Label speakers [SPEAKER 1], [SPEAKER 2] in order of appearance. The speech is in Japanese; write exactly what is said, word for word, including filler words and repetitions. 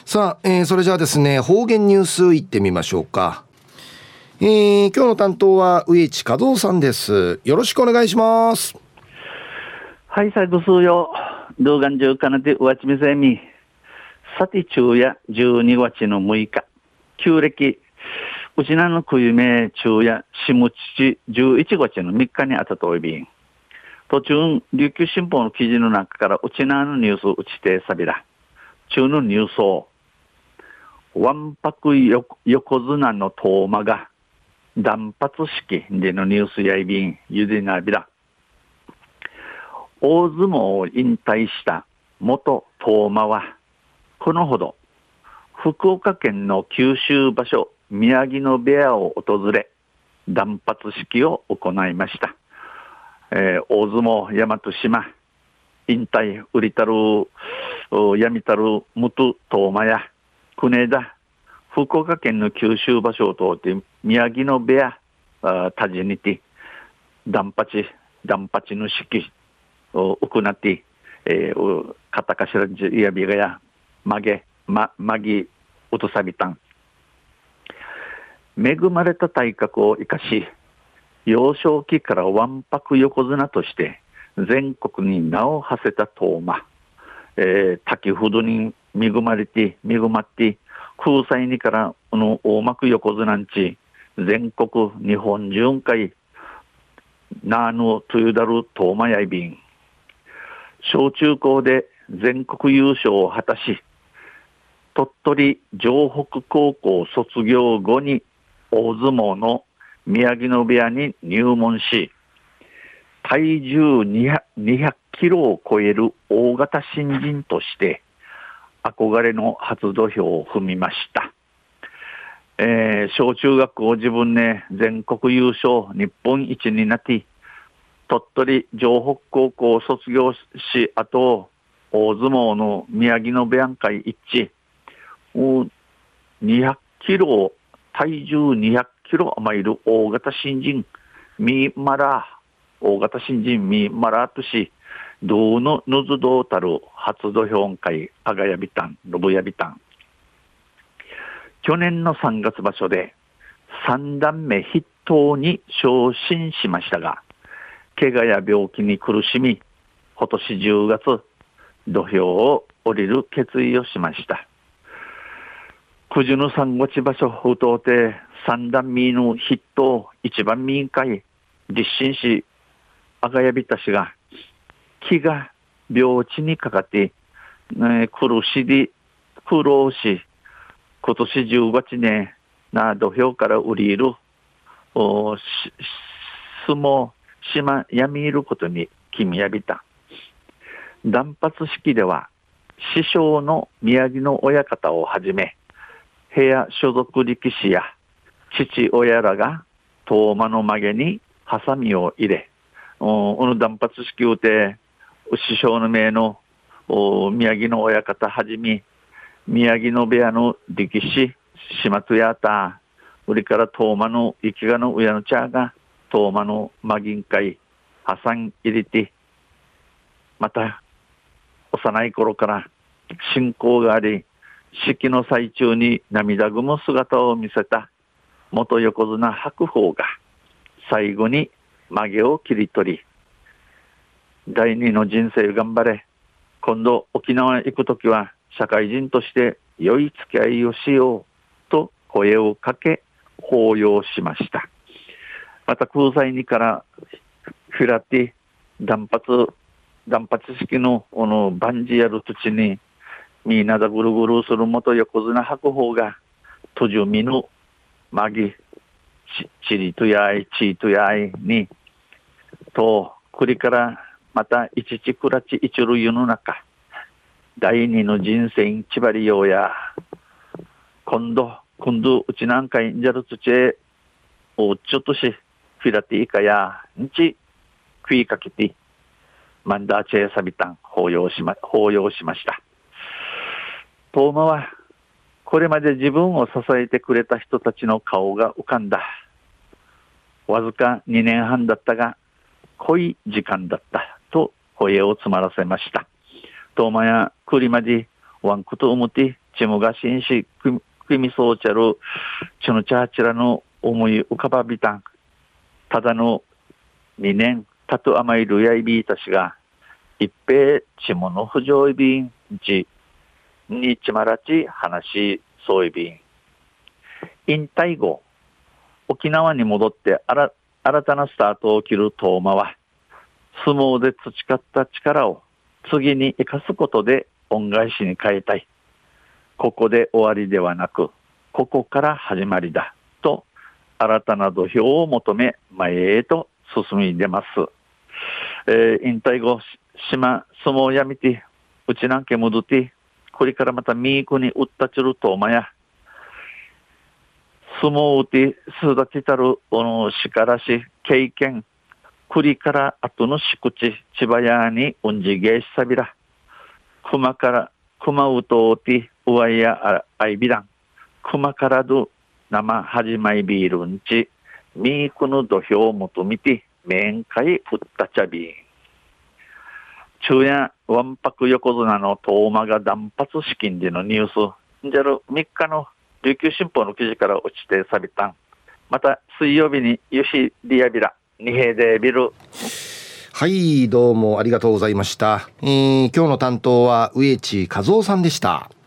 [SPEAKER 1] さあ、えー、それじゃあですね、方言ニュースいってみましょうか。えー、今日の担当は植地和夫さんです。よろしくお願いします。
[SPEAKER 2] はい、最後数よ。動画中かなてうわちみせみ。さて昼夜じゅうにがつのむいか。旧暦。うちなのくゆめ昼夜しむちちじゅういちがつのみっかにあたといびん。途中、琉球新報の記事の中からうちなのニュースうちてさびら。中のニュースを。わんぱく横綱の遠間が断髪式でのニュースやいびんゆでなびら。大相撲を引退した元遠間はこのほど福岡県の九州場所宮城野部屋を訪れ断髪式を行いました。えー、大相撲大和島引退売りたる闇たる元遠間や国枝福岡県の九州場所を通って宮城野部屋たじにて断髪断髪の式を行って、えー、片頭じやびがや曲げままぎうとさびたん恵まれた体格を生かし幼少期からわんぱく横綱として全国に名を馳せた遠間、えー、滝ほどに恵まれて恵まって空才にからこの大幕横綱んち全国日本巡回なぬとゆだる遠間やいびん小中高で全国優勝を果たし鳥取城北高校卒業後に大相撲の宮城野部屋に入門し体重にひゃくキロを超える大型新人として憧れの初土俵を踏みました。えー、小中学校自分ね全国優勝日本一になって鳥取城北高校を卒業しあと大相撲の宮城野部屋会一致にひゃくキロ体重にひゃくキロ余る大型新人ミーマラー大型新人ミーマラーとし道のぬずどうたる初土俵会あがやびたん信やびたん去年のさんがつ場所でさんだんめ筆頭に昇進しましたが怪我や病気に苦しみ今年じゅうがつ土俵を降りる決意をしました。九十の三五地場所風頭て三段目の筆頭一番民会実進しあがやびたしが気が病地にかかって、ね、苦しり苦労し今年じゅうがつねな土俵から降りるお相撲島やみいることに君やびた断髪式では師匠の宮城の親方をはじめ部屋所属力士や父親らが遠間の曲げにハサミを入れこの断髪式をて師匠の名の宮城の親方はじめ宮城の部屋の力士島とやた売りから遠間の生きがの親の茶が遠間の魔銀会破産入れてまた幼い頃から信仰があり式の最中に涙ぐむ姿を見せた元横綱白鵬が最後に曲げを切り取り第二の人生頑張れ今度沖縄へ行くときは社会人として良い付き合いをしようと声をかけ抱擁しました。また空才にからフィラティ断髪断髪式のこのバンジやる土地にみんなだぐるぐるする元横綱白鵬が途中見ぬまぎちりとやいちとやいにとくりからまた一ちくらち一る世の中第二の人生ちばりようや今度今度うちなんかいんじゃる土地へおちょっとしフィラティーカやんち食いかけてマンダーチェーサビタン抱擁しま抱擁しました。遠間はこれまで自分を支えてくれた人たちの顔が浮かんだ。わずかにねんはんだったが濃い時間だったと声を詰まらせました。遠間や栗までワンクと思ってチムが紳士組みそうちゃるチュヌチャーチラの思い浮かばびたんただのにねんたと甘いるやいびいたしが一平チムの不条いびんちにちまらち話そういびん引退後沖縄に戻って新新たなスタートを切るトーマは相撲で培った力を次に生かすことで恩返しに変えたい。ここで終わりではなくここから始まりだと新たな土俵を求め前へと進み出ます。えー、引退後島相撲をやめてうちなんけ戻ってこれからまたミークに打ったちるトーマや相撲を打って育てたるおのしからし経験栗から後のしくち千葉屋にうんじげしさびら熊から熊うとうてうわいやあいびらん熊からど生はじまいビールんちミークの土俵を求めて面会ふったちゃびん昼夜わんぱく横綱の遠間が断髪資金でのニュースじゃるみっかの琉球新報の記事から落ちてさびたんまた水曜日にゆしリアビラ二平でビル
[SPEAKER 1] はいどうもありがとうございました、えー、今日の担当は植地和夫さんでした。